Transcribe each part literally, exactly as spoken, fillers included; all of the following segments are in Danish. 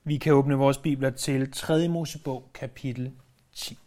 Vi kan åbne vores bibler til tredje Mosebog, kapitel ti.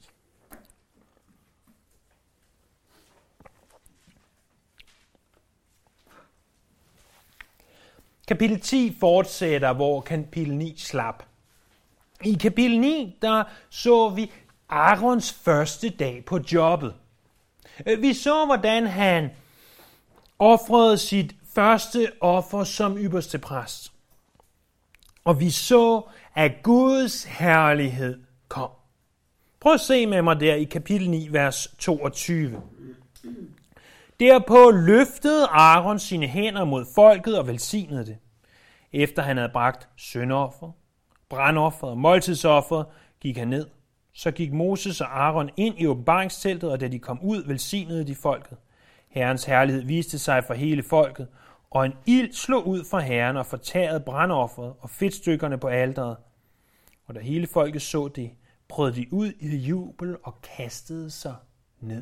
Kapitel ti fortsætter, hvor kapitel ni slap. I kapitel ni, der så vi Aarons første dag på jobbet. Vi så, hvordan han ofrede sit første offer som ypperste præst. Og vi så, at Guds herlighed kom. Prøv at se med mig der i kapitel ni, vers toogtyve. Derpå løftede Aaron sine hænder mod folket og velsignede det. Efter han havde bragt syndoffer, brandofferet og måltidsofferet, gik han ned. Så gik Moses og Aaron ind i åbenbaringsteltet, og da de kom ud, velsignede de folket. Herrens herlighed viste sig for hele folket, og en ild slog ud fra Herren og fortærede brandofferet og fedtstykkerne på alteret. Og da hele folket så det, brød de ud i jubel og kastede sig ned.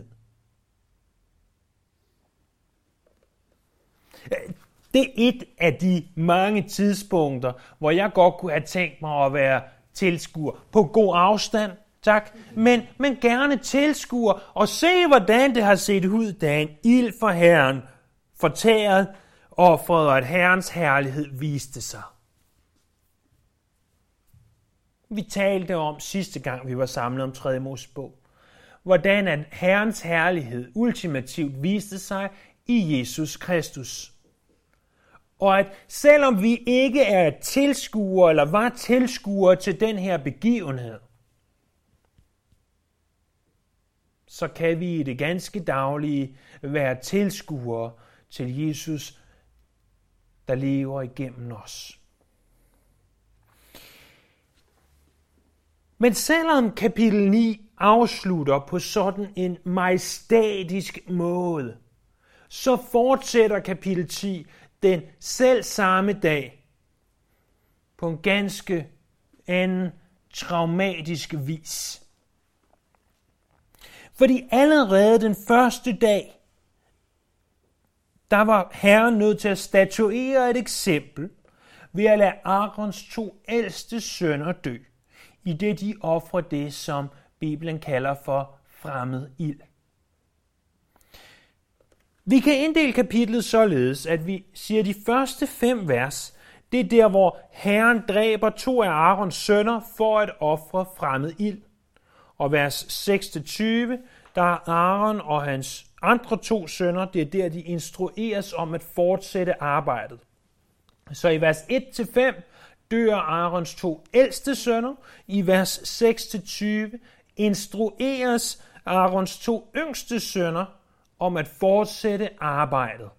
Det er et af de mange tidspunkter, hvor jeg godt kunne have tænkt mig at være tilskuer på god afstand, tak, men, men gerne tilskuer og se, hvordan det har set ud, da en ild for Herren fortæret offeret, og at Herrens herlighed viste sig. Vi talte om sidste gang, vi var samlet om tredje Mosebog, hvordan at Herrens herlighed ultimativt viste sig i Jesus Kristus. Og at selvom vi ikke er tilskuere eller var tilskuere til den her begivenhed, så kan vi i det ganske daglige være tilskuere til Jesus, der lever igennem os. Men selvom kapitel ni afslutter på sådan en majestætisk måde, så fortsætter kapitel ti den selv samme dag på en ganske anden traumatisk vis. Fordi allerede den første dag, der var Herren nødt til at statuere et eksempel ved at lade Aarons to ældste sønner dø, i det de ofrer det, som Bibelen kalder for fremmed ild. Vi kan inddele kapitlet således, at vi siger, at de første fem vers, det er der, hvor Herren dræber to af Aarons sønner for at ofre fremmed ild. Og vers seks til tyve, der er Aaron og hans andre to sønner, det er der, de instrueres om at fortsætte arbejdet. Så i vers et til fem dør Aarons to ældste sønner. I vers seks til tyve instrueres Aarons to yngste sønner om at fortsætte arbejdet.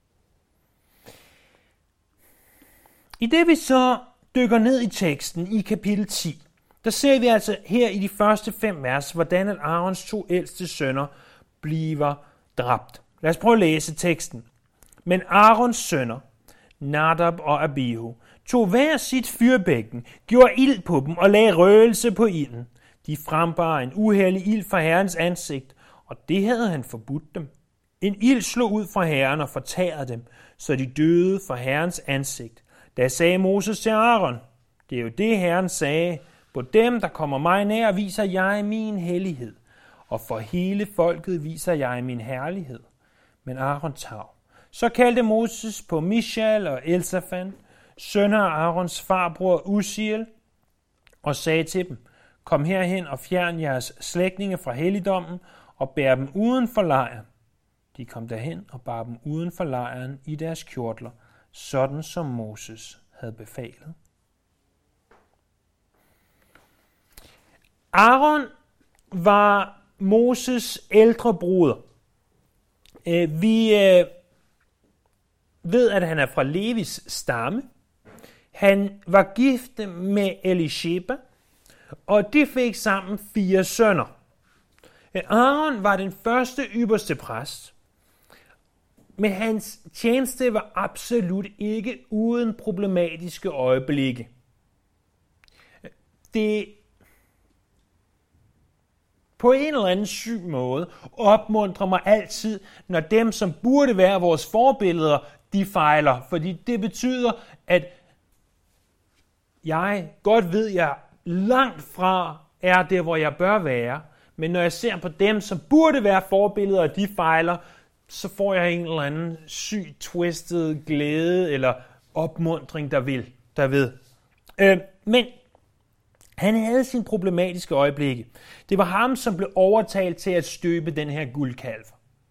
I det vi så dykker ned i teksten i kapitel ti, der ser vi altså her i de første fem vers, hvordan at Aarons to ældste sønner bliver dræbt. Lad os prøve at læse teksten. Men Aarons sønner, Nadab og Abihu, tog hver sit fyrbækken, gjorde ild på dem og lagde røgelse på ilden. De frembar en uhellig ild fra Herrens ansigt, og det havde han forbudt dem. En ild slog ud fra Herren og fortærede dem, så de døde fra Herrens ansigt. Da sagde Moses til Aaron, det er jo det Herren sagde, på dem, der kommer mig nær, viser jeg min hellighed, og for hele folket viser jeg min herlighed. Men Aaron tav. Så kaldte Moses på Mishael og Elsafan, sønner af Aarons farbror Uziel, og sagde til dem, kom herhen og fjern jeres slægtninge fra helligdommen, og bær dem uden for lejren. De kom derhen og bar dem uden for lejren i deres kjortler, sådan som Moses havde befalet. Aaron var Moses ældre broder. Vi ved, at han er fra Levis stamme. Han var gift med Elisheba, og de fik sammen fire sønner. Aaron var den første ypperste præst, men hans tjeneste var absolut ikke uden problematiske øjeblikke. Det på en eller anden syg måde opmuntrer mig altid, når dem, som burde være vores forbilleder, de fejler. Fordi det betyder, at jeg godt ved, jeg langt fra er der, hvor jeg bør være, men når jeg ser på dem, som burde være forbilleder, og de fejler, så får jeg en eller anden syg, twisted glæde eller opmuntring, der vil, der ved. Øh, men han havde sine problematiske øjeblikke. Det var ham, som blev overtalt til at støbe den her guldkalv.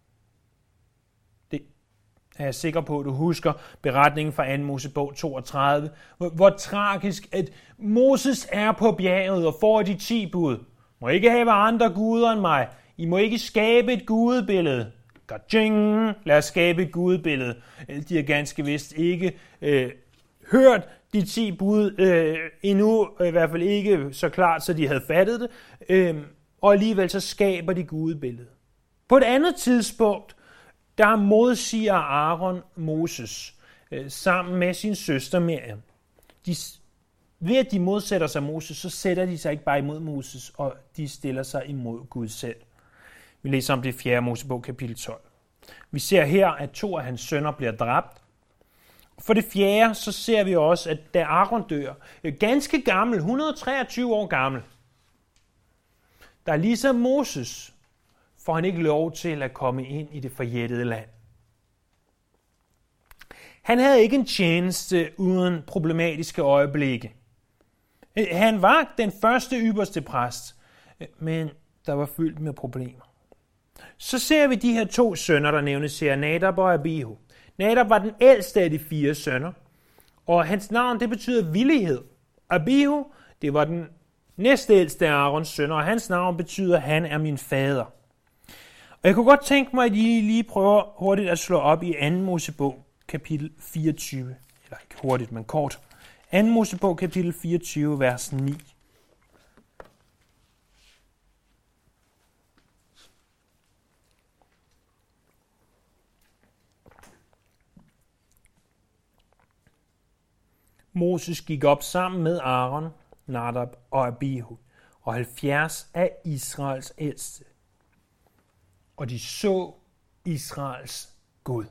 Det er jeg sikker på, at du husker beretningen fra anden Mosebog toogtredive, hvor, hvor tragisk, at Moses er på bjerget og får de ti bud. Må ikke have andre guder end mig. I må ikke skabe et gudebillede. Gajing! Lad os skabe et gudebillede. De har ganske vist ikke øh, hørt de ti bud øh, endnu, i hvert fald ikke så klart, så de havde fattet det, øh, og alligevel så skaber de gudebilledet. På et andet tidspunkt, der modsiger Aaron Moses øh, sammen med sin søster Miriam. De, ved at de modsætter sig Moses, så sætter de sig ikke bare imod Moses, og de stiller sig imod Gud selv. Vi læser om det i fjerde Mosebog kapitel tolv. Vi ser her, at to af hans sønner bliver dræbt. For det fjerde, så ser vi også, at da Aaron dør, ganske gammel, et hundrede og treogtyve år gammel, der er ligesom Moses, får han ikke lov til at komme ind i det forjættede land. Han havde ikke en tjeneste uden problematiske øjeblikke. Han var den første ypperste præst, men der var fyldt med problemer. Så ser vi de her to sønner, der nævnes her, Nadab og Abihu. Nadab var den ældste af de fire sønner, og hans navn, det betyder villighed. Abihu, det var den næstældste af Aarons sønner, og hans navn betyder, han er min fader. Og jeg kunne godt tænke mig, at I lige prøver hurtigt at slå op i anden Mosebog, kapitel fireogtyve. Eller ikke hurtigt, men kort. anden Mosebog, kapitel fireogtyve, vers ni. Moses gik op sammen med Aaron, Nadab og Abihu og halvfjerds af Israels ældste. Og de så Israels Gud.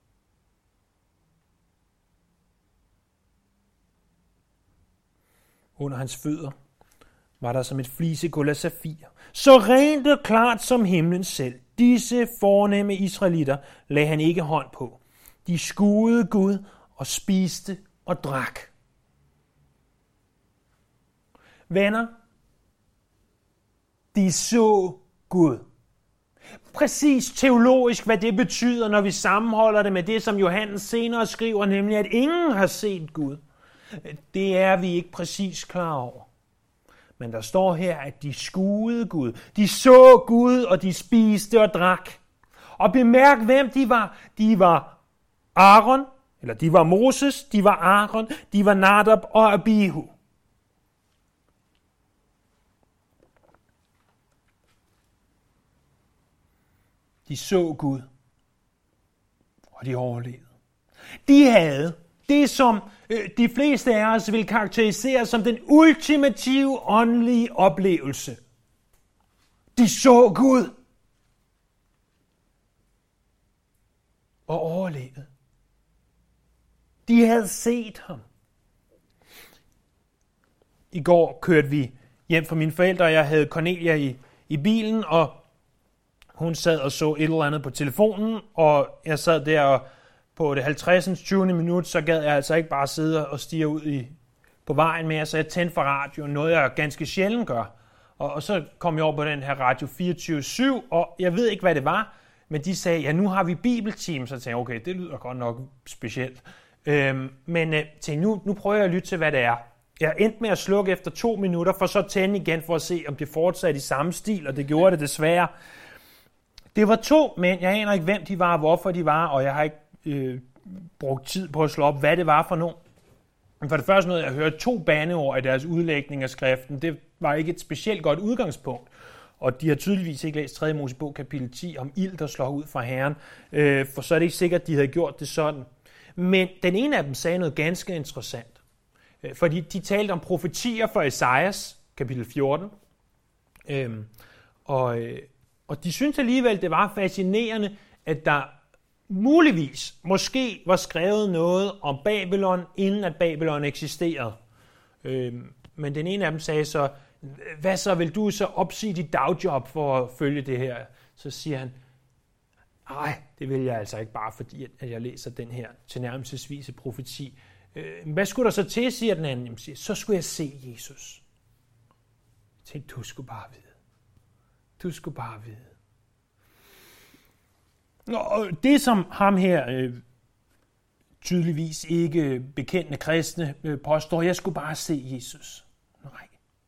Under hans fødder var der som et flisegulv af safir, så rent og klart som himlen selv. Disse fornemme israelitter lagde han ikke hånd på. De skuede Gud og spiste og drak. Venner, de så Gud. Præcis teologisk, hvad det betyder, når vi sammenholder det med det, som Johannes senere skriver, nemlig at ingen har set Gud. Det er vi ikke præcis klar over. Men der står her, at de skuede Gud. De så Gud, og de spiste og drak. Og bemærk, hvem de var. De var Aaron, eller de var Moses, de var Aaron, de var Nadab og Abihu. De så Gud, og de overlevede. De havde det, som øh, de fleste af os vil karakterisere som den ultimative åndelige oplevelse. De så Gud og overlevede. De havde set ham. I går kørte vi hjem fra mine forældre, og jeg havde Cornelia i, i bilen, og hun sad og så et eller andet på telefonen, og jeg sad der, og på det halvtredsende tyvende minut, så gad jeg altså ikke bare sidde og stige ud i, på vejen mere, så jeg tændte for radioen, noget jeg ganske sjældent gør. Og, og så kom jeg over på den her radio fireogtyve syv, og jeg ved ikke, hvad det var, men de sagde, ja, nu har vi bibelteam, så jeg tænkte, okay, det lyder godt nok specielt. Øhm, men øh, tænkte, nu, nu prøver jeg at lytte til, hvad det er. Jeg endte med at slukke efter to minutter, for så at tænde igen, for at se, om det fortsatte i samme stil, og det gjorde det desværre. Det var to mænd, jeg aner ikke, hvem de var, hvorfor de var, og jeg har ikke øh, brugt tid på at slå op, hvad det var for nogen. Men for det første noget, jeg hørte to bandeord i deres udlægning af skriften, det var ikke et specielt godt udgangspunkt. Og de har tydeligvis ikke læst tredje Mosebog kapitel ti om ild, der slår ud fra Herren, øh, for så er det ikke sikkert, at de havde gjort det sådan. Men den ene af dem sagde noget ganske interessant. Øh, fordi de talte om profetier fra Esajas, kapitel fjorten. Øh, og, øh, og de syntes alligevel, det var fascinerende, at der muligvis, måske var skrevet noget om Babylon, inden at Babylon eksisterede. Øh, men den ene af dem sagde så, hvad så, vil du så opsige dit dagjob for at følge det her? Så siger han, nej, det vil jeg altså ikke, bare fordi at jeg læser den her tilnærmelsesvise profeti. Øh, hvad skulle der så til, siger den anden? Jamen, siger, så skulle jeg se Jesus. Jeg tænkte, du skulle bare vide. Du skulle bare vide. Og det, som ham her øh, tydeligvis ikke bekendte kristne øh, påstår, jeg skulle bare se Jesus. Nej.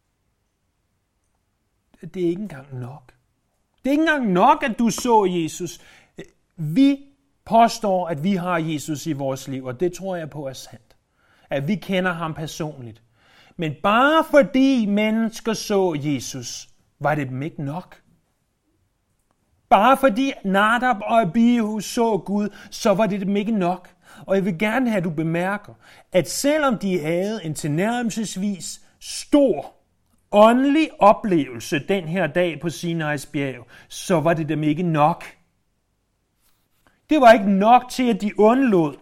Det er ikke engang nok. Det er ikke engang nok, at du så Jesus. Vi påstår, at vi har Jesus i vores liv, og det tror jeg på er sandt. At vi kender ham personligt. Men bare fordi mennesker så Jesus, var det dem ikke nok. Bare fordi Nadab og Abihu så Gud, så var det dem ikke nok. Og jeg vil gerne have, at du bemærker, at selvom de havde en tilnærmelsesvis stor åndelig oplevelse den her dag på Sinais bjerg, så var det dem ikke nok. Det var ikke nok til, at de undlod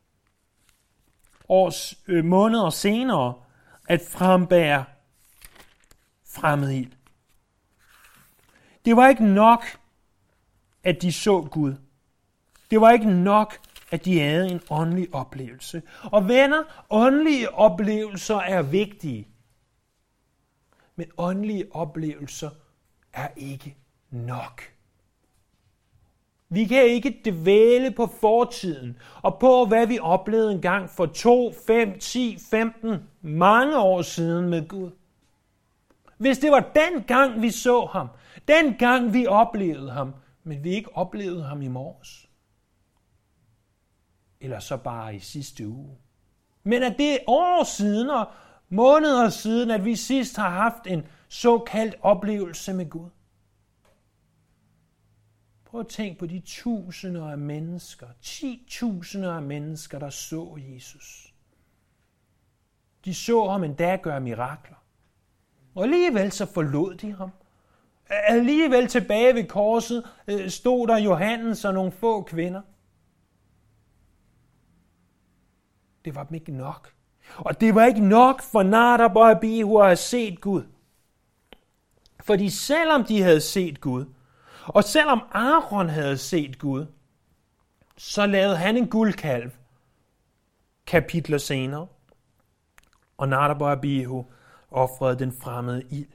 års øh, måneder senere at frembære fremmed ild. Det var ikke nok, at de så Gud. Det var ikke nok, at de havde en åndelig oplevelse. Og venner, åndelige oplevelser er vigtige. Men åndelige oplevelser er ikke nok. Vi kan ikke dvæle på fortiden og på, hvad vi oplevede engang for to, fem, ti, femten, mange år siden med Gud. Hvis det var den gang, vi så ham, den gang, vi oplevede ham, men vi ikke oplevede ham i morges, eller så bare i sidste uge. Men at det er år siden og måneder siden, at vi sidst har haft en såkaldt oplevelse med Gud. Prøv at tænke på de tusinder af mennesker, ti tusinder af mennesker, der så Jesus. De så ham endda gøre mirakler. Og alligevel så forlod de ham. Alligevel tilbage ved korset stod der Johannes og nogle få kvinder. Det var dem ikke nok. Og det var ikke nok for Nadab og Abihu at have set Gud. Fordi selvom de havde set Gud, og selvom Aaron havde set Gud, så lavede han en guldkalv kapitler senere, og Nadab og Abihu ofrede den fremmede ild.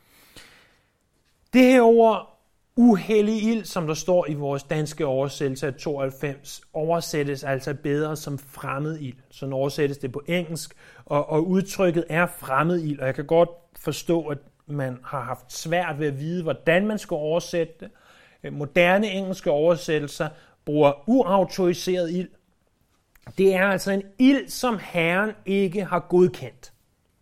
Det her ord uhellig ild, som der står i vores danske oversættelse af tooghalvfems, oversættes altså bedre som fremmed ild. Så oversættes det på engelsk, og, og udtrykket er fremmed ild. Og jeg kan godt forstå, at man har haft svært ved at vide, hvordan man skal oversætte det. Moderne engelske oversættelser bruger uautoriseret ild. Det er altså en ild, som Herren ikke har godkendt.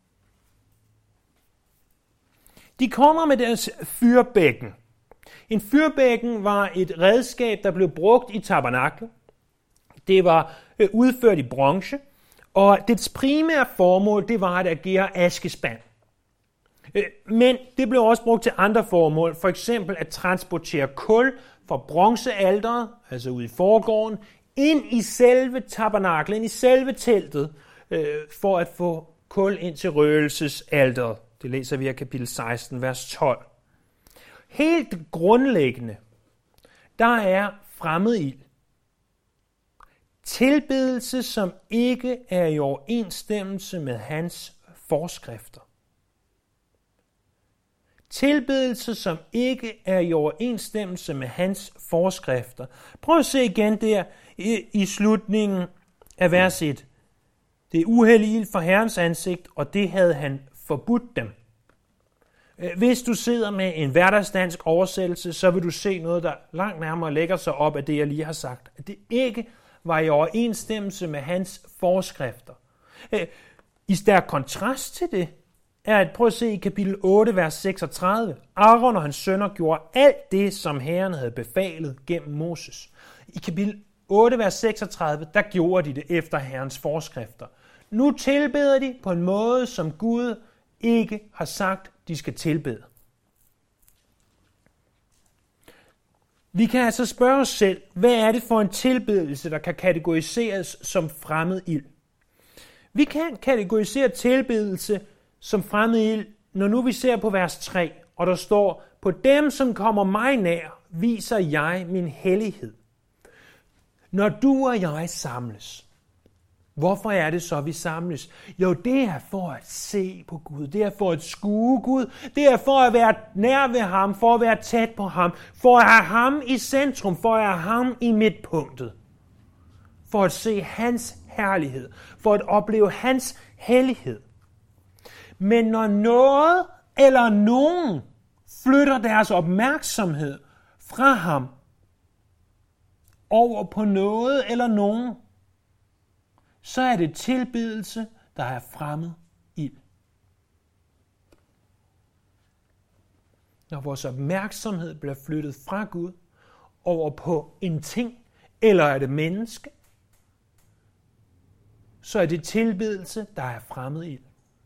De kommer med deres fyrbækken. En fyrbækken var et redskab, der blev brugt i tabernaklet. Det var udført i bronze, og dets primære formål, det var at agere askespand. Men det blev også brugt til andre formål, for eksempel at transportere kul fra bronzealteret, altså ude i forgården, ind i selve tabernaklet, ind i selve teltet, for at få kul ind til røgelsesalteret. Det læser vi af kapitel seksten, vers tolv. Helt grundlæggende, der er fremmed ild. Tilbedelse, som ikke er i overensstemmelse med hans forskrifter. Tilbedelse, som ikke er i overensstemmelse med hans forskrifter. Prøv at se igen der i, i slutningen af vers et. Det er uhellig ild for Herrens ansigt, og det havde han forbudt dem. Hvis du sidder med en hverdagsdansk oversættelse, så vil du se noget, der langt nærmere lægger sig op af det, jeg lige har sagt. At det ikke var i overensstemmelse med hans forskrifter. I stærk kontrast til det, er at prøve at se i kapitel otte, vers seksogtredive. Aaron og hans sønner gjorde alt det, som Herren havde befalet gennem Moses. I kapitel otte, vers seksogtredive, der gjorde de det efter Herrens forskrifter. Nu tilbeder de på en måde, som Gud ikke har sagt, de skal tilbede. Vi kan altså spørge os selv, hvad er det for en tilbedelse, der kan kategoriseres som fremmed ild? Vi kan kategorisere tilbedelse som fremmed ild, når nu vi ser på vers tre, og der står, på dem, som kommer mig nær, viser jeg min hellighed. Når du og jeg samles, hvorfor er det så, vi samles? Jo, det er for at se på Gud, det er for at skue Gud, det er for at være nær ved ham, for at være tæt på ham, for at have ham i centrum, for at have ham i midtpunktet, for at se hans herlighed, for at opleve hans hellighed. Men når noget eller nogen flytter deres opmærksomhed fra ham over på noget eller nogen, så er det tilbedelse, der er fremmed ild. Når vores opmærksomhed bliver flyttet fra Gud over på en ting, eller er det menneske, så er det tilbedelse, der er fremmed ild.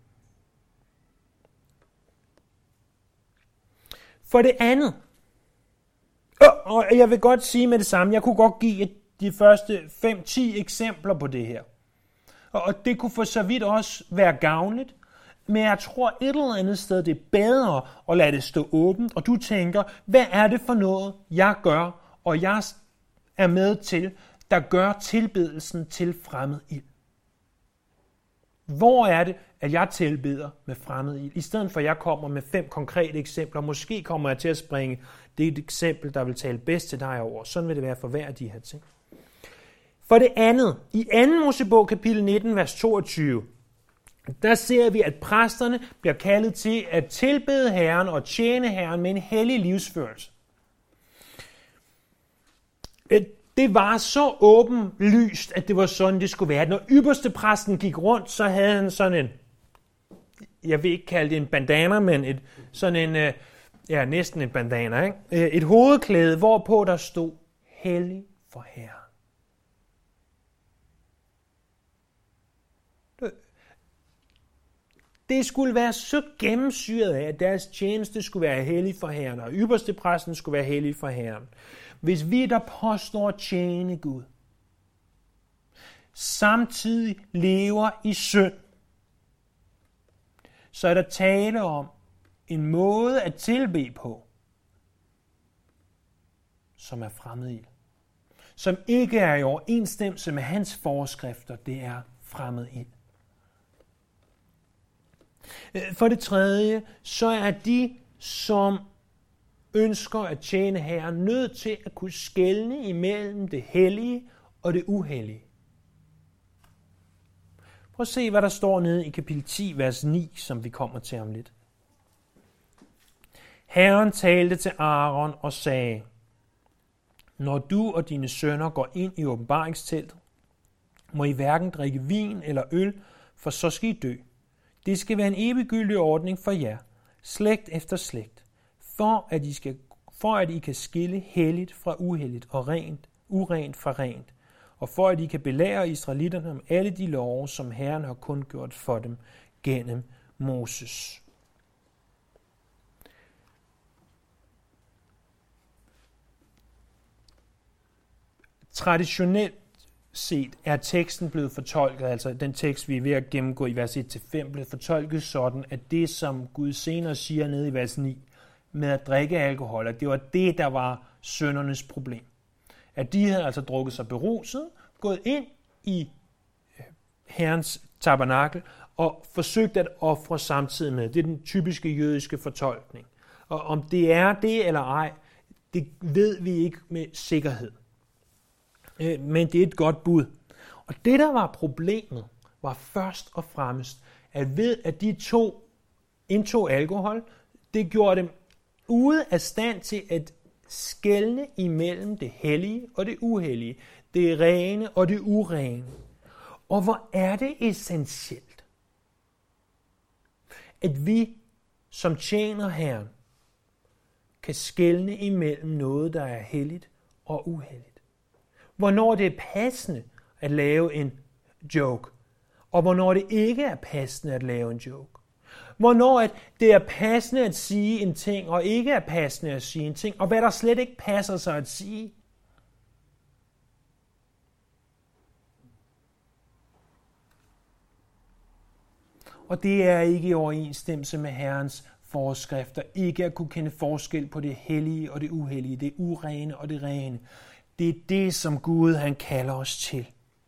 For det andet, og jeg vil godt sige med det samme, jeg kunne godt give de første fem til ti eksempler på det her. Og det kunne for så vidt også være gavnligt, men jeg tror et eller andet sted, det er bedre at lade det stå åbent, og du tænker, hvad er det for noget, jeg gør, og jeg er med til, der gør tilbedelsen til fremmed ild. Hvor er det, at jeg tilbeder med fremmed ild? I stedet for, at jeg kommer med fem konkrete eksempler, måske kommer jeg til at springe det et eksempel, der vil tale bedst til dig over. Sådan vil det være for hver af de her ting. For det andet, i anden Mosebog kapitel nitten, vers toogtyve, der ser vi, at præsterne bliver kaldet til at tilbede Herren og tjene Herren med en hellig livsførelse. Det var så åbenlyst, at det var sådan, det skulle være. Når ypperste præsten gik rundt, så havde han sådan en, jeg vil ikke kalde det en bandana, men et, sådan en, ja, næsten en bandana, ikke? Et hovedklæde, hvorpå der stod, hellig for Herren. Det skulle være så gennemsyret af, at deres tjeneste skulle være hellig for Herren, og ypperste præsten skulle være hellig for Herren. Hvis vi, der påstår at tjene Gud, samtidig lever i synd, så er der tale om en måde at tilbede på, som er fremmed ild. Som ikke er i overensstemmelse med hans forskrifter, det er fremmed ild. For det tredje, så er de, som ønsker at tjene Herren, nødt til at kunne skelne imellem det hellige og det uhellige. Prøv at se, hvad der står nede i kapitel ti, vers ni, som vi kommer til om lidt. Herren talte til Aaron og sagde, når du og dine sønner går ind i åbenbaringsteltet, må I hverken drikke vin eller øl, for så skal I dø. Det skal være en eviggyldig ordning for jer, slægt efter slægt, for at I, skal, for at I kan skille helligt fra uhelligt og rent, urent fra rent, og for at I kan belære israelitterne om alle de love, som Herren har kundgjort for dem gennem Moses. Traditionelt set er teksten blevet fortolket, altså den tekst, vi er ved at gennemgå i vers et til fem, blevet fortolket sådan, at det, som Gud senere siger nede i vers ni, med at drikke alkohol, at det var det, der var syndernes problem. At de havde altså drukket sig beruset, gået ind i Herrens tabernakel og forsøgt at ofre samtidig med. Det er den typiske jødiske fortolkning. Og om det er det eller ej, det ved vi ikke med sikkerhed. Men det er et godt bud. Og det, der var problemet, var først og fremmest, at ved at de to indtog alkohol, det gjorde dem ude af stand til at skelne imellem det hellige og det uhellige, det rene og det urene. Og hvor er det essentielt, at vi, som tjener Herren, kan skelne imellem noget, der er helligt og uhelligt. Hvornår det er passende at lave en joke, og hvornår det ikke er passende at lave en joke. Hvornår at det er passende at sige en ting, og ikke er passende at sige en ting, og hvad der slet ikke passer sig at sige. Og det er ikke i overensstemmelse med Herrens forskrifter. Ikke at kunne kende forskel på det hellige og det uhellige, det urene og det rene. Det er det, som Gud han kalder os til.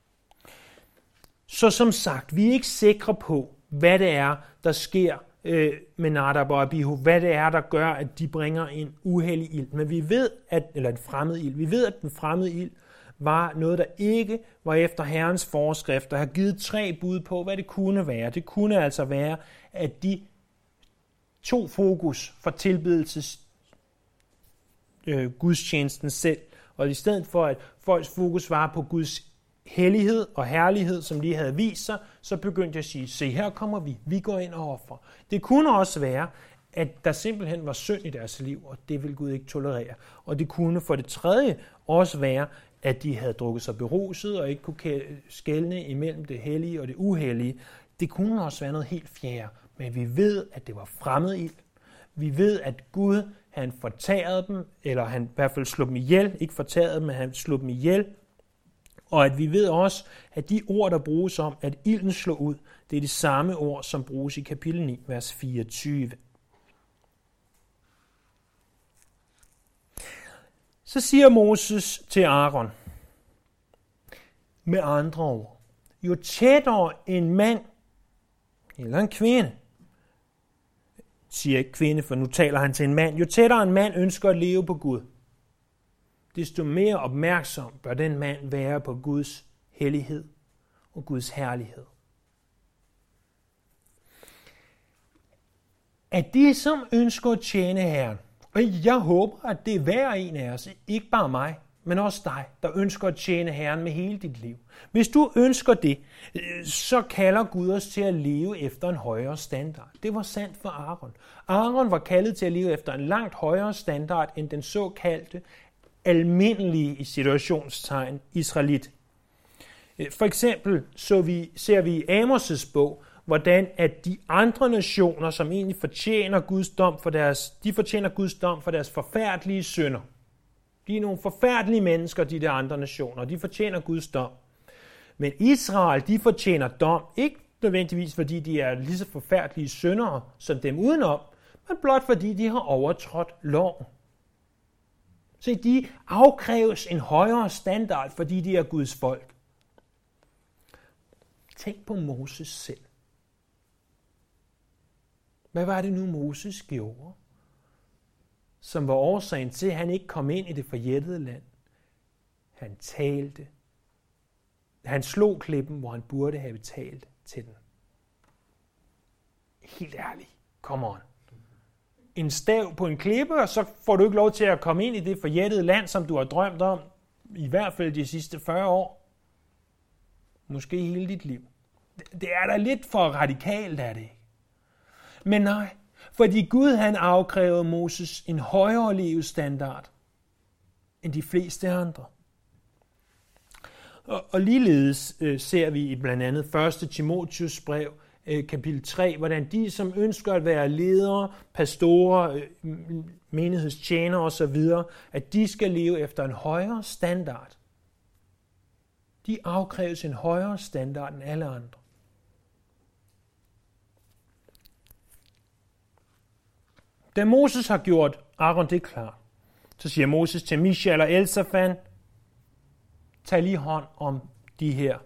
Så som sagt, vi er ikke sikre på, hvad det er, der sker øh, med Nadab og Abihu. Hvad det er, der gør, at de bringer en uhellig ild. Men vi ved, at, eller en fremmed ild. Vi ved, at den fremmede ild var noget, der ikke var efter Herrens forskrifter. Har givet tre bud på, hvad det kunne være. Det kunne altså være, at de tog fokus for tilbedelses øh, gudstjenesten selv. Og i stedet for, at folks fokus var på Guds hellighed og herlighed, som de havde vist sig, så begyndte jeg at sige, se her kommer vi, vi går ind og offer. Det kunne også være, at der simpelthen var synd i deres liv, og det ville Gud ikke tolerere. Og det kunne for det tredje også være, at de havde drukket sig beruset og ikke kunne skelne imellem det hellige og det uhellige. Det kunne også være noget helt fjerde, men vi ved, at det var fremmed ild. Vi ved, at Gud han fortærede dem, eller han i hvert fald slog dem ihjel, ikke fortærede dem, men han slog dem ihjel. Og at vi ved også, at de ord, der bruges om, at ilden slår ud, det er de samme ord, som bruges i kapitel ni, vers fireogtyve. Så siger Moses til Aaron, med andre ord, jo tættere en mand eller en kvinde, siger ikke kvinde, for nu taler han til en mand, jo tættere en mand ønsker at leve på Gud, desto mere opmærksom bør den mand være på Guds hellighed og Guds herlighed. At de, som ønsker at tjene Herren, og jeg håber, at det er hver en af os, ikke bare mig, men også dig, der ønsker at tjene Herren med hele dit liv. Hvis du ønsker det, så kalder Gud os til at leve efter en højere standard. Det var sandt for Aaron. Aaron var kaldet til at leve efter en langt højere standard end den såkaldte almindelige i situationstegn israelit. For eksempel så vi, ser vi i Amos' bog, hvordan at de andre nationer, som egentlig fortjener Guds dom for deres, de fortjener Guds dom for deres forfærdelige synder. De er nogle forfærdelige mennesker, de der andre nationer. De fortjener Guds dom. Men Israel, de fortjener dom, ikke nødvendigvis fordi de er lige så forfærdelige syndere som dem udenom, men blot fordi de har overtrådt loven. Så de afkræves en højere standard, fordi de er Guds folk. Tænk på Moses selv. Hvad var det nu, Moses gjorde, som var årsagen til, at han ikke kom ind i det forjættede land? Han talte. Han slog klippen, hvor han burde have talt til den. Helt ærligt. Come on. En stav på en klippe, og så får du ikke lov til at komme ind i det forjættede land, som du har drømt om, i hvert fald de sidste fyrre år. Måske hele dit liv. Det er da lidt for radikalt, er det ikke? Men nej, fordi Gud han afkrævede Moses en højere levestandard end de fleste andre. Og, og ligeledes øh, ser vi i blandt andet første Timotheus brev, øh, kapitel tre, hvordan de, som ønsker at være ledere, pastorer, øh, menighedstjenere osv., at de skal leve efter en højere standard. De afkræves en højere standard end alle andre. Da Moses har gjort Aaron det klar, så siger Moses til Mishael og Elsafan, tag lige hånd om de her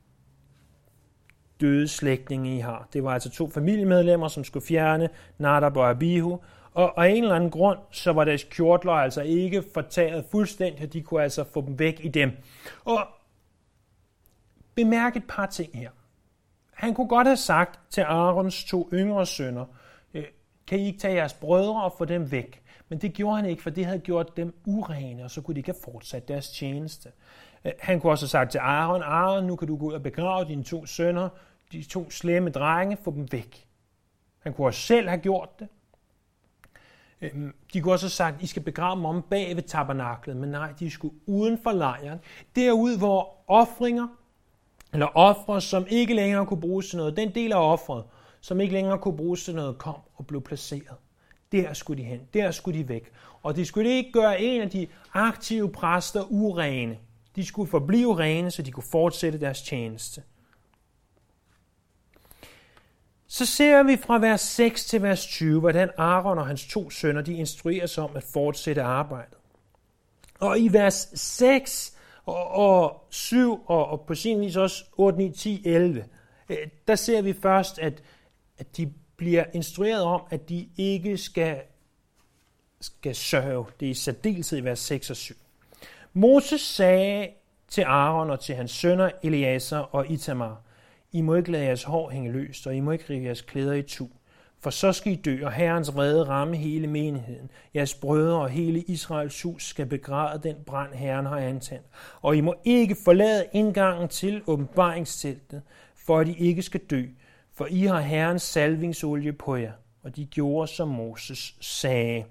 døde slægtninge, I har. Det var altså to familiemedlemmer, som skulle fjerne Nadab og Abihu, og af en eller anden grund, så var deres kjortler altså ikke fortaget fuldstændig, og de kunne altså få dem væk i dem. Og bemærk et par ting her. Han kunne godt have sagt til Aarons to yngre sønner, kan I ikke tage jeres brødre og få dem væk? Men det gjorde han ikke, for det havde gjort dem urene, og så kunne de ikke have fortsat deres tjeneste. Han kunne også have sagt til Aaron, Aaron, nu kan du gå ud og begrave dine to sønner, de to slemme drenge, få dem væk. Han kunne også selv have gjort det. De kunne også have sagt, I skal begrave dem om bag ved tabernaklet, men nej, de skulle uden for lejren. Derude, hvor ofringer, eller ofre, som ikke længere kunne bruges til noget, den del af offeret, som ikke længere kunne bruges til noget, kom og blev placeret. Der skulle de hen, der skulle de væk. Og de skulle ikke gøre en af de aktive præster urene. De skulle forblive rene, så de kunne fortsætte deres tjeneste. Så ser vi fra vers seks til vers tyve, hvordan Aaron og hans to sønner, de instrueres om at fortsætte arbejdet. Og i vers seks og, og syv, og, og på sin vis også otte, ni, ti, elleve, der ser vi først, at, at de bliver instrueret om, at de ikke skal, skal sørge. Det er i særdeleshed i vers seks og syv. Moses sagde til Aaron og til hans sønner Eleazar og Itamar, I må ikke lade jeres hår hænge løst, og I må ikke rive jeres klæder i tu, for så skal I dø, og Herrens vrede ramme hele menigheden. Jeres brødre og hele Israels hus skal begræde den brand, Herren har antændt. Og I må ikke forlade indgangen til åbenbaringsteltet, for at I ikke skal dø, for I har Herrens salvingsolie på jer. Og de gjorde, som Moses sagde.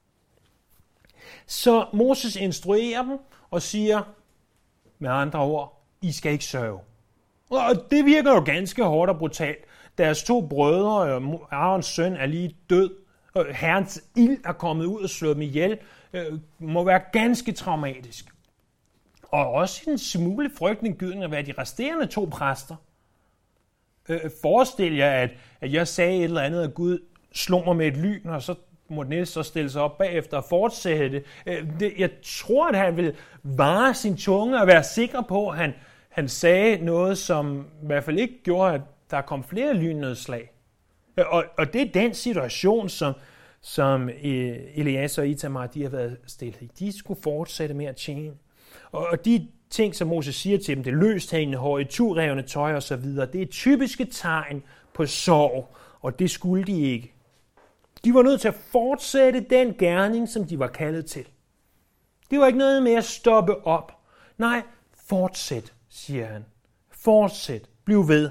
Så Moses instruerer dem og siger, med andre ord, I skal ikke sørge. Og det virker jo ganske hårdt og brutalt. Deres to brødre og Aarons søn er lige død. Og Herrens ild er kommet ud og slået dem ihjel. Det må være ganske traumatisk. Og også en smule frygtindgydende at være de resterende to præster. Forestil jer, at, at jeg sagde et eller andet, at Gud slog mig med et lyn, og så måtte Niels så stille sig op bagefter og fortsætte det. Jeg tror, at han ville vare sin tunge og være sikker på, at han, han sagde noget, som i hvert fald ikke gjorde, at der kom flere lynnedslag. Og, og det er den situation, som, som Eleazar og Itamar, de har været stillet i. De skulle fortsætte med at tjene. Og, og de ting, som Moses siger til dem, det løst hængende hår, iturevne tøj og så videre, det er typiske tegn på sorg, og det skulle de ikke. De var nødt til at fortsætte den gerning, som de var kaldet til. Det var ikke noget med at stoppe op. Nej, fortsæt, siger han. Fortsæt. Bliv ved.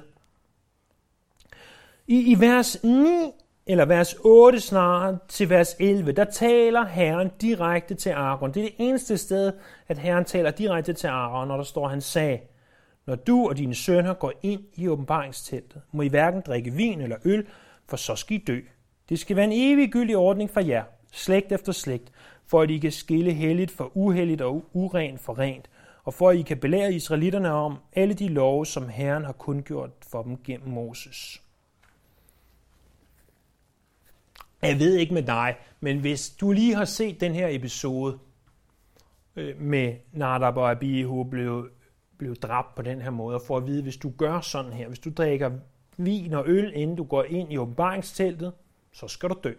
I, i vers ni, eller vers otte snarere, til vers elleve, der taler Herren direkte til Aaron. Det er det eneste sted, at Herren taler direkte til Aaron, når der står, han sagde, når du og dine sønner går ind i åbenbaringsteltet, må I hverken drikke vin eller øl, for så skal I dø. Det skal være en eviggyldig ordning for jer, slægt efter slægt, for at I kan skille helligt for uhelligt og urent for rent, og for at I kan belære israelitterne om alle de love, som Herren har kundgjort for dem gennem Moses. Jeg ved ikke med dig, men hvis du lige har set den her episode med Nadab og Abihu blev, blev dræbt på den her måde, og for at vide, hvis du gør sådan her, hvis du drikker vin og øl, inden du går ind i åbenbaringsteltet, så skal du dø.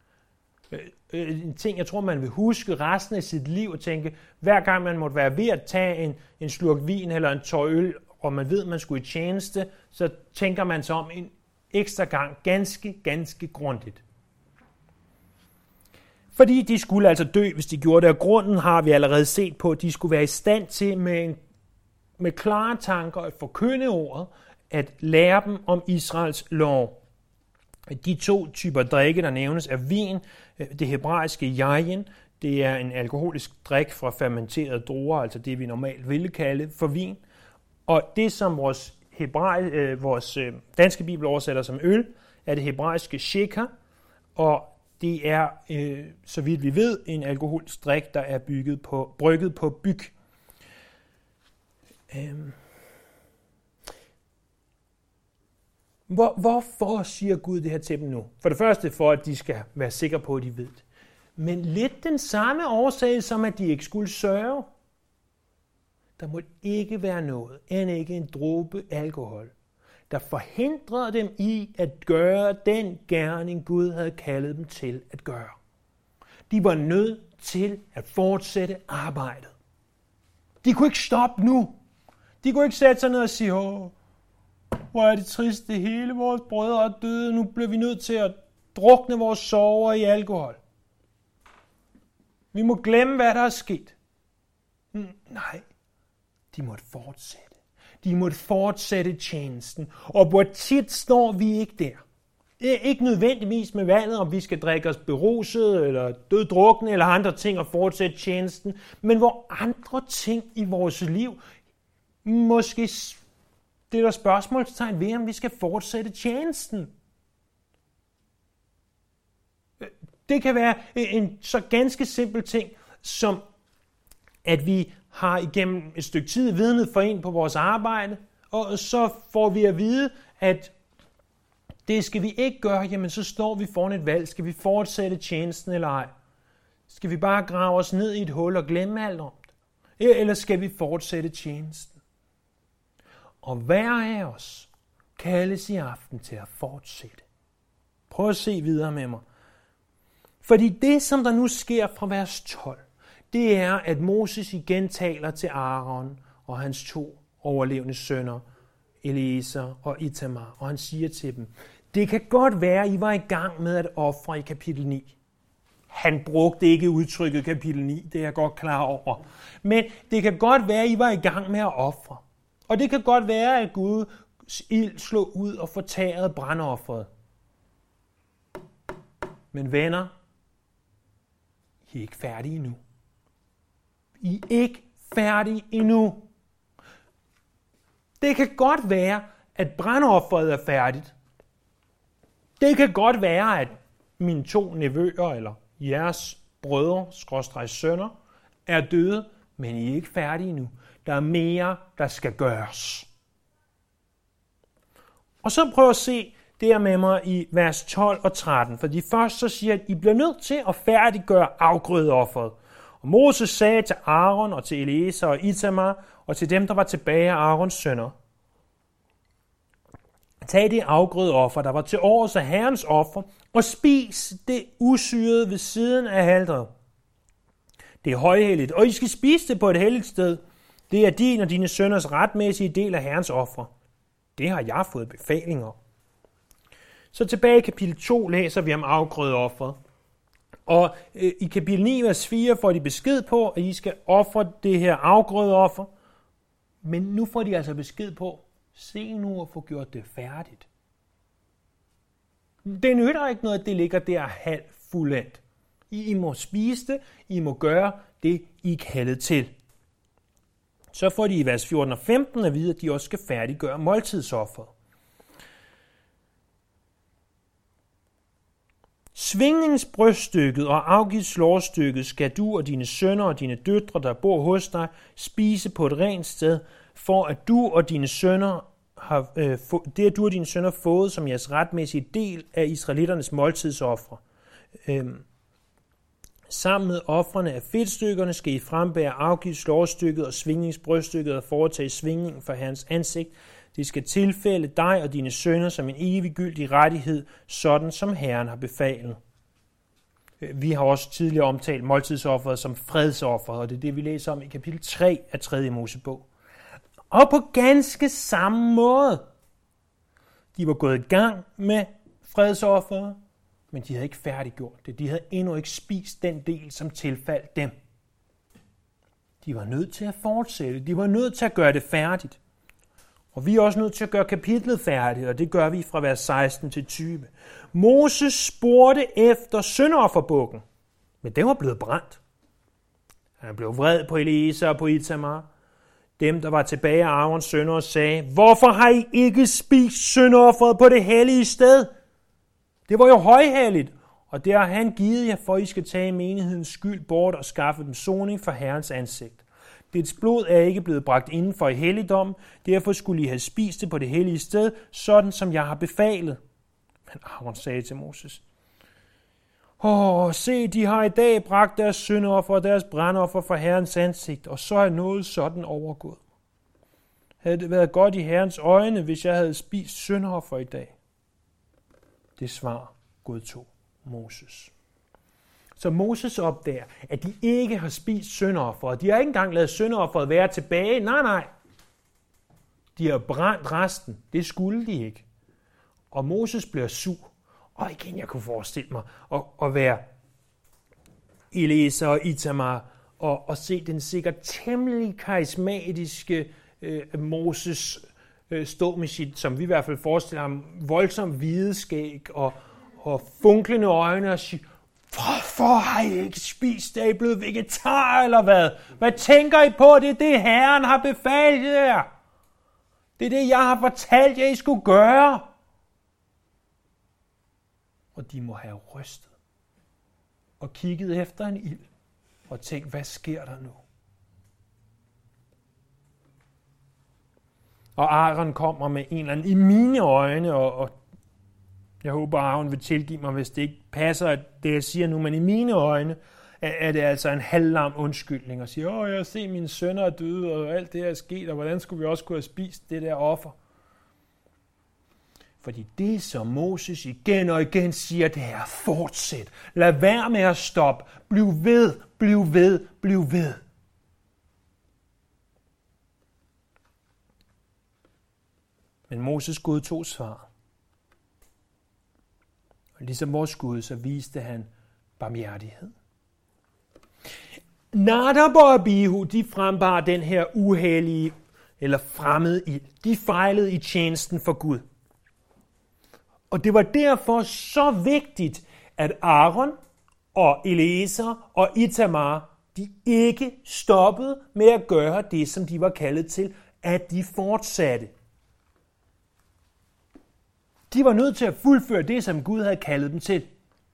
En ting, jeg tror, man vil huske resten af sit liv og tænke, hver gang man måtte være ved at tage en, en slurk vin eller en tår øl, og man ved, man skulle i tjeneste, så tænker man sig om en ekstra gang ganske, ganske grundigt. Fordi de skulle altså dø, hvis de gjorde det, og grunden har vi allerede set på, at de skulle være i stand til med, en, med klare tanker at forkynde ordet, at lære dem om Israels lov. De to typer drikke, der nævnes, er vin, det hebraiske yayin, det er en alkoholisk drik fra fermenterede druer, altså det vi normalt ville kalde for vin, og det som vores, hebræ, øh, vores øh, danske bibel oversætter som øl, er det hebraiske sheker, og det er, øh, så vidt vi ved, en alkoholisk drik, der er bygget på, brygget på byg. Øhm. Hvor, hvorfor siger Gud det her til dem nu? For det første for, at de skal være sikre på, at de ved det. Men lidt den samme årsag, som at de ikke skulle sørge. Der må ikke være noget, end ikke en dråbe alkohol, der forhindrede dem i at gøre den gerning, Gud havde kaldet dem til at gøre. De var nødt til at fortsætte arbejdet. De kunne ikke stoppe nu. De kunne ikke sætte sig ned og sige, åh, hvor er det trist, det hele, vores brødre er døde, nu bliver vi nødt til at drukne vores sorger i alkohol. Vi må glemme, hvad der er sket. Nej, de måtte fortsætte. De måtte fortsætte tjenesten. Og hvor tit står vi ikke der? Det er ikke nødvendigvis med valget, om vi skal drikke os beruset, eller døddrukne, eller andre ting og fortsætte tjenesten, men hvor andre ting i vores liv måske det er der spørgsmålstegn ved, om vi skal fortsætte tjenesten. Det kan være en så ganske simpel ting, som at vi har igennem et stykke tid vidnet for en på vores arbejde, og så får vi at vide, at det skal vi ikke gøre, jamen så står vi foran et valg. Skal vi fortsætte tjenesten eller ej? Skal vi bare grave os ned i et hul og glemme alt om det? Eller skal vi fortsætte tjenesten? Og hver af os kaldes i aften til at fortsætte. Prøv at se videre med mig. Fordi det, som der nu sker fra vers tolv, det er, at Moses igen taler til Aaron og hans to overlevende sønner, Eliezer og Itamar, og han siger til dem, det kan godt være, at I var i gang med at ofre i kapitel ni. Han brugte ikke udtrykket kapitel ni, det er jeg godt klar over. Men det kan godt være, at I var i gang med at ofre. Og det kan godt være, at Guds ild slog ud og fortærede brandofferet. Men venner, I er ikke færdige endnu. I er ikke færdige endnu. Det kan godt være, at brandofferet er færdigt. Det kan godt være, at mine to nevøer eller jeres brødre, skråstreg sønner, er døde, men I er ikke færdige endnu. Der er mere, der skal gøres. Og så prøv at se det her med mig i vers tolv og tretten, fordi først så siger at I bliver nødt til at færdiggøre afgrødeofferet. Og Moses sagde til Aaron og til Eliezer og Itamar og til dem, der var tilbage af Aarons sønner, tag det afgrødeoffer, der var til års af Herrens offer, og spis det usyrede ved siden af alteret. Det er højhelligt, og I skal spise det på et helligt sted. Det er din og dine sønners retmæssige del af Herrens offer. Det har jeg fået befaling om. Så tilbage i kapitel to læser vi om afgrødeofferet. Og øh, i kapitel ni, vers fire får de besked på, at I skal ofre det her afgrødeoffer. Men nu får de altså besked på, se nu at få gjort det færdigt. Det nytter ikke noget, at det ligger der halvt fuldendt. I må spise det, I må gøre det, I er kaldet til. Så får de i vers fjorten og femten at vide, at de også skal færdiggøre måltidsofferet. Svingningsbryststykket og afgiftslårstykket skal du og dine sønner og dine døtre, der bor hos dig, spise på et rent sted, for at du og dine sønner har, øh, få, det er du og dine sønner fået som jeres retmæssige del af israelitternes måltidsofre. Øhm, Sammen med ofrene af fedtstykkerne skal I frembære afgiftslårstykket og svingningsbryststykket og foretage svingningen for Herrens ansigt. Det skal tilfælde dig og dine sønner som en eviggyldig rettighed, sådan som Herren har befalet. Vi har også tidligere omtalt måltidsofferet som fredsofferet, og det er det, vi læser om i kapitel tre af tredje Mosebog. Og på ganske samme måde. De var gået i gang med fredsofferet, men de havde ikke færdiggjort det. De havde endnu ikke spist den del, som tilfaldt dem. De var nødt til at fortsætte. De var nødt til at gøre det færdigt. Og vi er også nødt til at gøre kapitlet færdigt, og det gør vi fra vers seksten til tyve. Moses spurgte efter syndofferbukken, men den var blevet brændt. Han blev vred på Eliezer og på Itamar. Dem, der var tilbage af Aarons sønner, og sagde, hvorfor har I ikke spist syndofferet på det hellige sted? Det var jo højhelligt, og det har han givet jer, for I skal tage menighedens skyld bort og skaffe dem soning for Herrens ansigt. Dets blod er ikke blevet bragt inden for i helligdom, derfor skulle I have spist det på det hellige sted, sådan som jeg har befalet. Men Aaron sagde til Moses, Åh, se, de har i dag bragt deres syndoffer og deres brandoffer for Herrens ansigt, og så er noget sådan overgået. Havde det været godt i Herrens øjne, hvis jeg havde spist syndoffer i dag? Det svar godtog Moses. Så Moses opdager, at de ikke har spist syndofferet. De har ikke engang ladet syndofferet være tilbage. Nej, nej. De har brændt resten. Det skulle de ikke. Og Moses bliver sur. Og igen, jeg kunne forestille mig at, at være Eliezer og Itamar og, og se den sikkert temmelig karismatiske øh, Moses øh, stå med sit, som vi i hvert fald forestiller ham, voldsomt hvide skæg og, og funklende øjne og sige, hvorfor har I ikke spist? Er I blevet vegetar eller hvad? Hvad tænker I på? Det er det, Herren har befalet jer. Det er det, jeg har fortalt jer, I skulle gøre. Og de må have rystet og kigget efter en ild og tænkt, hvad sker der nu? Og Aaron kommer med en eller anden, i mine øjne, og, og Jeg håber, Aaron vil tilgive mig, hvis det ikke passer, at det, jeg siger nu, men i mine øjne er det altså en halvlam undskyldning og sige, åh, jeg har set mine sønner er døde, og alt det her er sket, og hvordan skulle vi også kunne have spist det der offer? Fordi det, som Moses igen og igen siger, det er fortsæt. Lad være med at stoppe. Bliv ved, bliv ved, bliv ved. Men Moses godtog svaret. Og ligesom vores Gud, så viste han barmhjertighed. Nadab og Abihu, de frembar den her uhellige eller fremmede ild. De fejlede i tjenesten for Gud. Og det var derfor så vigtigt, at Aaron og Eliezer og Itamar, de ikke stoppede med at gøre det, som de var kaldet til, at de fortsatte. De var nødt til at fuldføre det, som Gud havde kaldet dem til.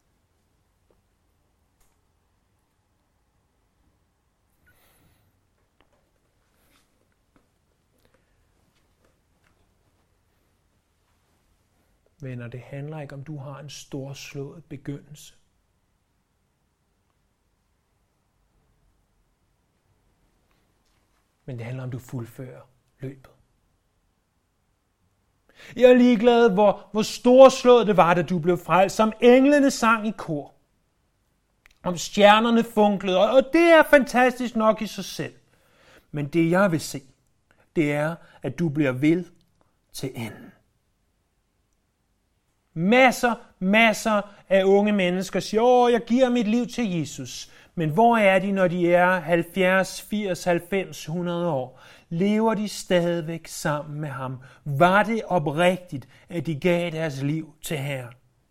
Venner, det handler ikke om, du har en storslået begyndelse. Men det handler om, du fuldfører løbet. Jeg er ligeglad, hvor, hvor storslået det var, da du blev frelst, som englene sang i kor. Om stjernerne funklede, og det er fantastisk nok i sig selv. Men det jeg vil se, det er, at du bliver ved til enden. Masser, masser af unge mennesker siger, åh, jeg giver mit liv til Jesus. Men hvor er de, når de er halvfjerds, firs, halvfems, hundrede år? Lever de stadigvæk sammen med ham? Var det oprigtigt, at de gav deres liv til Herren?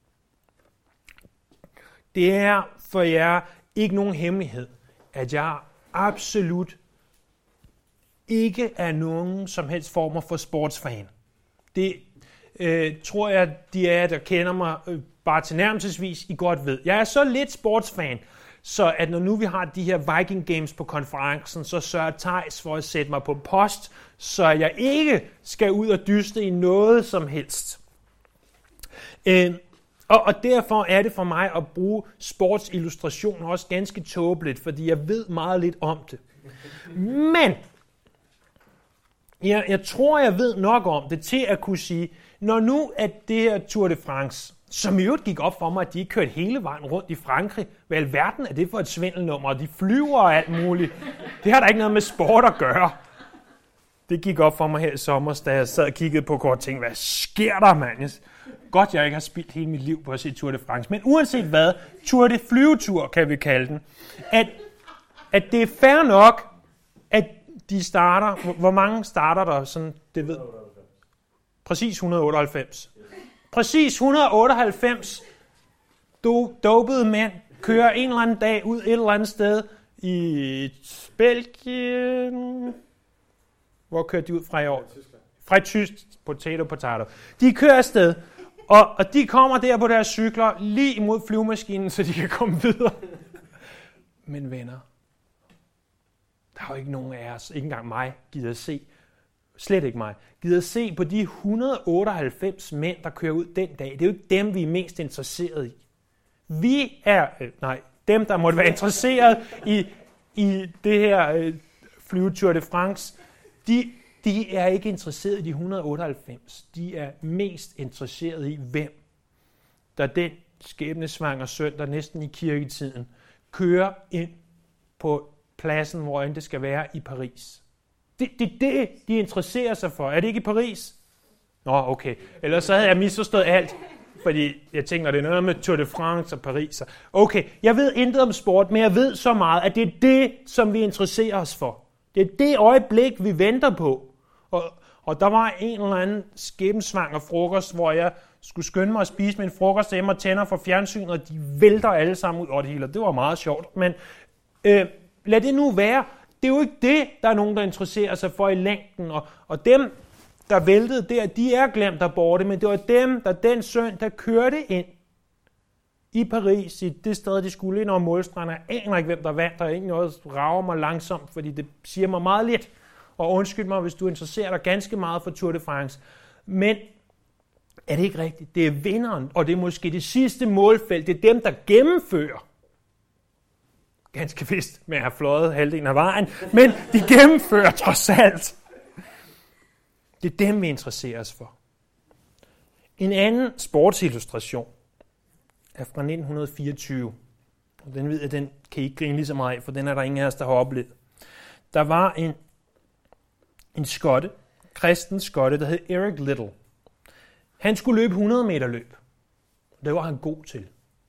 Det er for jer ikke nogen hemmelighed, at jeg absolut ikke er nogen som helst former for sportsfan. Det øh, tror jeg, de er, der kender mig øh, bare tilnærmelsesvis, I godt ved. Jeg er så lidt sportsfan, så at når nu vi har de her Viking Games på konferencen, så sørger Theis for at sætte mig på post, så jeg ikke skal ud og dyste i noget som helst. Øh, og, og derfor er det for mig at bruge sportsillustrationer også ganske tåbeligt, fordi jeg ved meget lidt om det. Men jeg, jeg tror, jeg ved nok om det til at kunne sige, når nu at det her Tour de France, som i øvrigt gik op for mig, at de ikke kørte hele vejen rundt i Frankrig. Hvad i alverden er det for et svindelnummer? Og de flyver og alt muligt. Det har da ikke noget med sport at gøre. Det gik op for mig her i sommer, da jeg sad og kiggede på kort og tænkte, hvad sker der, mand? Godt, jeg ikke har spildt hele mit liv på at se Tour de France. Men uanset hvad, Tour de Flyvetur kan vi kalde den, at, at det er fair nok, at de starter. Hvor mange starter der sådan, det ved? Præcis et hundrede og otteoghalvfems. Præcis et hundrede og otteoghalvfems do, dopede mænd kører en eller anden dag ud et eller andet sted i Belgien. Hvor kører de ud fra i år? Fra tysk. Potato, potato. De kører afsted, og, og de kommer der på deres cykler lige imod flyvemaskinen, så de kan komme videre. Men venner, der er jo ikke nogen af os, ikke engang mig, gider at se, slet ikke mig, gider at se på de et hundrede og otteoghalvfems mænd, der kører ud den dag. Det er jo ikke dem, vi er mest interesseret i. Vi er, øh, nej, dem, der måtte være interesseret i, i det her øh, flyvetur de France, de, de er ikke interesseret i de et hundrede og otteoghalvfems. De er mest interesseret i, hvem der den skæbnesvanger søn, der næsten i kirketiden, kører ind på pladsen, hvor end det skal være i Paris. Det er det, det, de interesserer sig for. Er det ikke i Paris? Nå, okay. Ellers så havde jeg misforstået alt, fordi jeg tænker, det er noget med Tour de France og Paris. Okay, jeg ved intet om sport, men jeg ved så meget, at det er det, som vi interesserer os for. Det er det øjeblik, vi venter på. Og, og der var en eller anden skæbnesvanger frokost, hvor jeg skulle skynde mig at spise min frokost hjemme og tænder for fjernsynet, og de vælter alle sammen ud over det hele. Det var meget sjovt, men øh, lad det nu være. Det er jo ikke det, der er nogen, der interesserer sig for i længden. Og, og dem, der væltede der, de er glemt der borte, men det var dem, der den søndag kørte ind i Paris, i det sted, de skulle ind over målstranden. Jeg aner ikke, hvem der vandt, og ikke noget rager mig langsomt, fordi det siger mig meget lidt. Og undskyld mig, hvis du interesserer dig ganske meget for Tour de France. Men Er det ikke rigtigt? Det er vinderen, og det er måske det sidste målfelt. Det er dem, der gennemfører. Ganske vist med at have fløjet halvdelen af vejen, men de gennemfører trods alt. Det er dem, vi interesserer os for. En anden sportsillustration er fra nitten fireogtyve. Og den ved jeg, den kan I ikke grine lige så meget af, for den er der ingen af os, der har oplevet. Der var en, en skotte, kristen skotte, der hed Eric Liddell. Han skulle løbe hundrede meter løb. Det var han god til.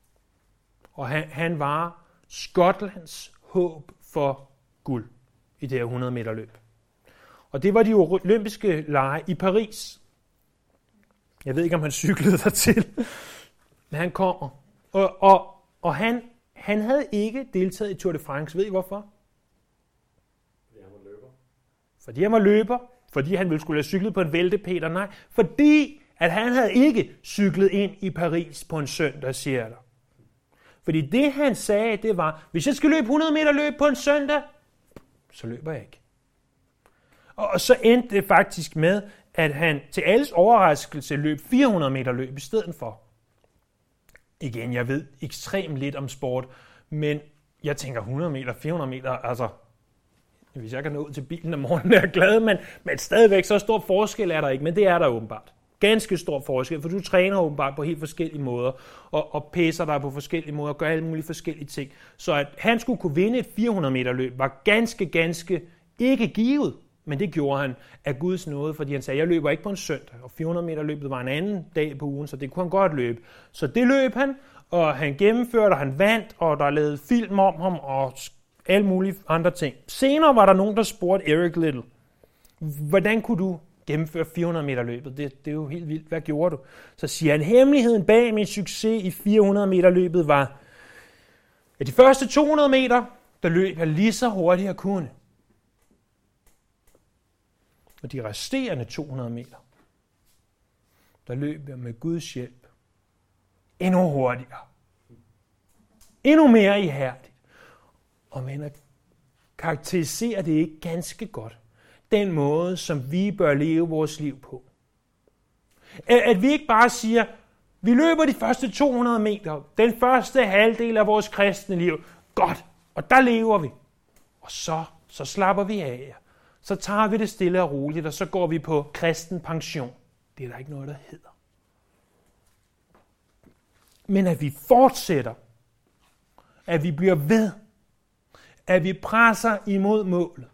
Og han, han var Skotlands håb for guld i det her hundrede meter løb. Og det var de olympiske lege i Paris. Jeg ved ikke, om han cyklede dertil, men han kommer. Og, og, og han, han havde ikke deltaget i Tour de France. Ved I hvorfor? Fordi han var løber. Fordi han var løber. Fordi han ville skulle have cyklet på en væltepeter. Nej, fordi at han havde ikke cyklet ind i Paris på en søndag, siger der. Fordi det, han sagde, det var, hvis jeg skal løbe hundrede meter løb på en søndag, så løber jeg ikke. Og så endte det faktisk med, at han til alles overraskelse løb fire hundrede meter løb i stedet for. Igen, jeg ved ekstremt lidt om sport, men jeg tænker hundrede meter, fire hundrede meter, altså, hvis jeg kan nå ud til bilen om morgenen, er jeg glad, men, men stadigvæk så stor forskel er der ikke, men det er der åbenbart. Ganske stor forskel, for du træner åbenbart på helt forskellige måder, og, og pæser dig på forskellige måder, og gør alle mulige forskellige ting. Så at han skulle kunne vinde et fire hundrede meter løb, var ganske, ganske ikke givet. Men det gjorde han af Guds nåde, fordi han sagde, jeg løber ikke på en søndag, og fire hundrede meter løbet var en anden dag på ugen, så det kunne han godt løbe. Så det løb han, og han gennemførte, og han vandt, og der er lavet film om ham, og alle mulige andre ting. Senere var der nogen, der spurgte Eric Liddell, hvordan kunne du gennemføre fire hundrede meter løbet? Det, det er jo helt vildt. Hvad gjorde du? Så siger han, hemmeligheden bag min succes i fire hundrede meter løbet var, at de første to hundrede meter, der løb jeg lige så hurtigt jeg kunne. Og de resterende to hundrede meter, der løb jeg med Guds hjælp endnu hurtigere. Endnu mere ihærdigt. Og men karakteriserer det ikke ganske godt den måde, som vi bør leve vores liv på. At vi ikke bare siger, vi løber de første to hundrede meter, den første halvdel af vores kristne liv, godt, og der lever vi. Og så, så slapper vi af. Så tager vi det stille og roligt, og så går vi på kristen pension. Det er der ikke noget, der hedder. Men at vi fortsætter, at vi bliver ved, at vi presser imod målet.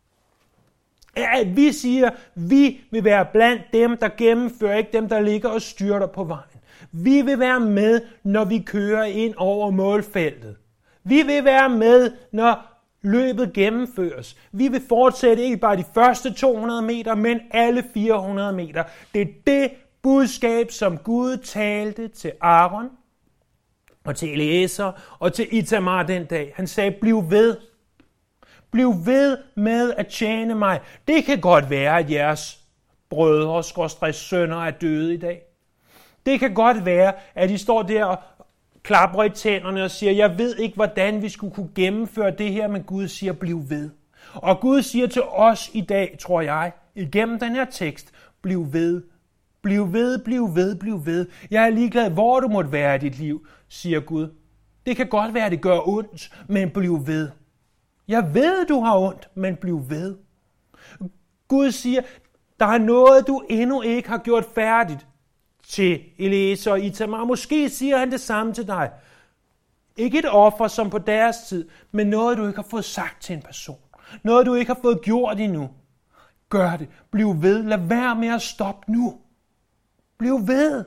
At vi siger, vi vil være blandt dem, der gennemfører, ikke dem, der ligger og styrter på vejen. Vi vil være med, når vi kører ind over målfeltet. Vi vil være med, når løbet gennemføres. Vi vil fortsætte ikke bare de første to hundrede meter, men alle fire hundrede meter. Det er det budskab, som Gud talte til Aaron og til Eliezer og til Itamar den dag. Han sagde, bliv ved. Bliv ved med at tjene mig. Det kan godt være, at jeres brødre, skråstreg sønner er døde i dag. Det kan godt være, at I står der og klapper i tænderne og siger, jeg ved ikke, hvordan vi skulle kunne gennemføre det her, men Gud siger, bliv ved. Og Gud siger til os i dag, tror jeg, igennem den her tekst, bliv ved. Bliv ved, bliv ved, bliv ved. Jeg er ligeglad, hvor du måtte være i dit liv, siger Gud. Det kan godt være, at det gør ondt, men bliv ved. Jeg ved, du har ondt, men bliv ved. Gud siger, der er noget, du endnu ikke har gjort færdigt til Eliezer og Itamar. Måske siger han det samme til dig. Ikke et offer som på deres tid, men noget, du ikke har fået sagt til en person. Noget, du ikke har fået gjort endnu. Gør det. Bliv ved. Lad være med at stoppe nu. Bliv ved.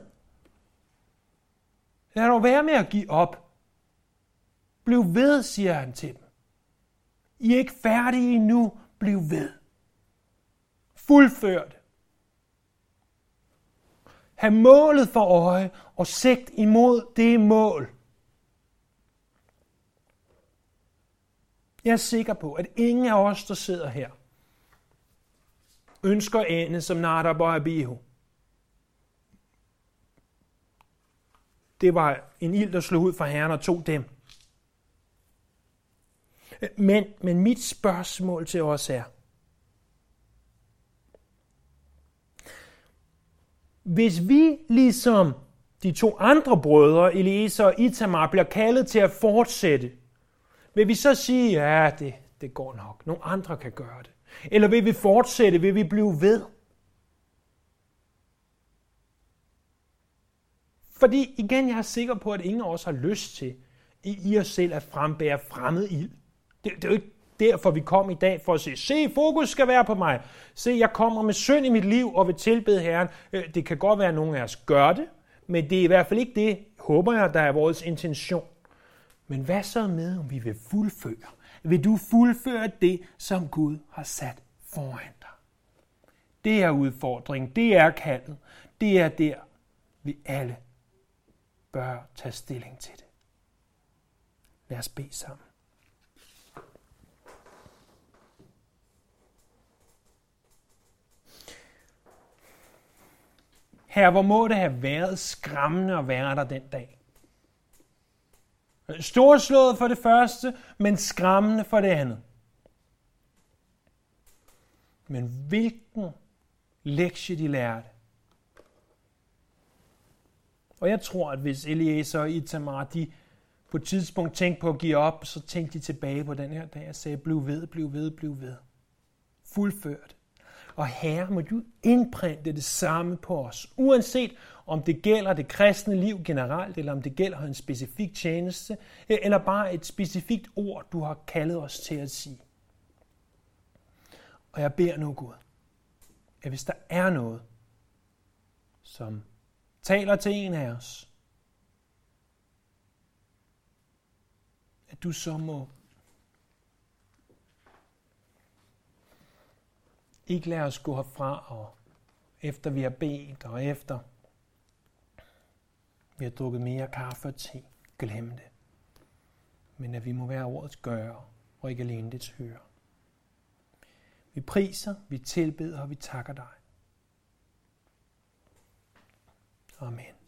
Lad dog være med at give op. Bliv ved, siger han til dem. I er ikke færdige endnu. Bliv ved. Fuldfør det. Ha' målet for øje og sigt imod det mål. Jeg er sikker på, at ingen af os, der sidder her, ønsker ende som Nadab og Abihu. Det var en ild, der slog ud fra Herren og tog dem. Men, men mit spørgsmål til os er, Hvis vi ligesom de to andre brødre, Eliezer og Itamar, bliver kaldet til at fortsætte, vil vi så sige, ja, det, det går nok. Nogle andre kan gøre det. Eller vil vi fortsætte? Vil vi blive ved? Fordi igen, jeg er sikker på, at ingen af os har lyst til i, i os selv at frembære fremmed ild. Det, det er jo ikke derfor, vi kom i dag, for at sige, se, fokus skal være på mig. Se, jeg kommer med synd i mit liv og vil tilbede Herren. Det kan godt være, at nogen af os gør det, men det er i hvert fald ikke det, håber jeg, der er vores intention. Men hvad så med, om vi vil fuldføre? Vil du fuldføre det, som Gud har sat foran dig? Det er udfordringen, det er kaldet, det er der, vi alle bør tage stilling til det. Lad os bede sammen. Herre, hvor må det have været skræmmende at være der den dag. Storslået for det første, men skræmmende for det andet. Men hvilken lektie de lærte. Og jeg tror, at hvis Eliezer og Itamar, de på et tidspunkt tænkte på at give op, så tænkte de tilbage på den her dag og sagde, bliv ved, bliv ved, bliv ved. Fuldført. Og Herre, må du indprinte det samme på os, uanset om det gælder det kristne liv generelt, eller om det gælder en specifik tjeneste, eller bare et specifikt ord, du har kaldet os til at sige. Og jeg beder nu, Gud, at hvis der er noget, som taler til en af os, at du så må ikke lade os gå herfra, og efter vi har bedt, og efter vi har drukket mere kaffe og te, glemme det. Men at vi må være ordets gøre, og ikke alene dets høre. Vi priser, vi tilbeder, og vi takker dig. Amen.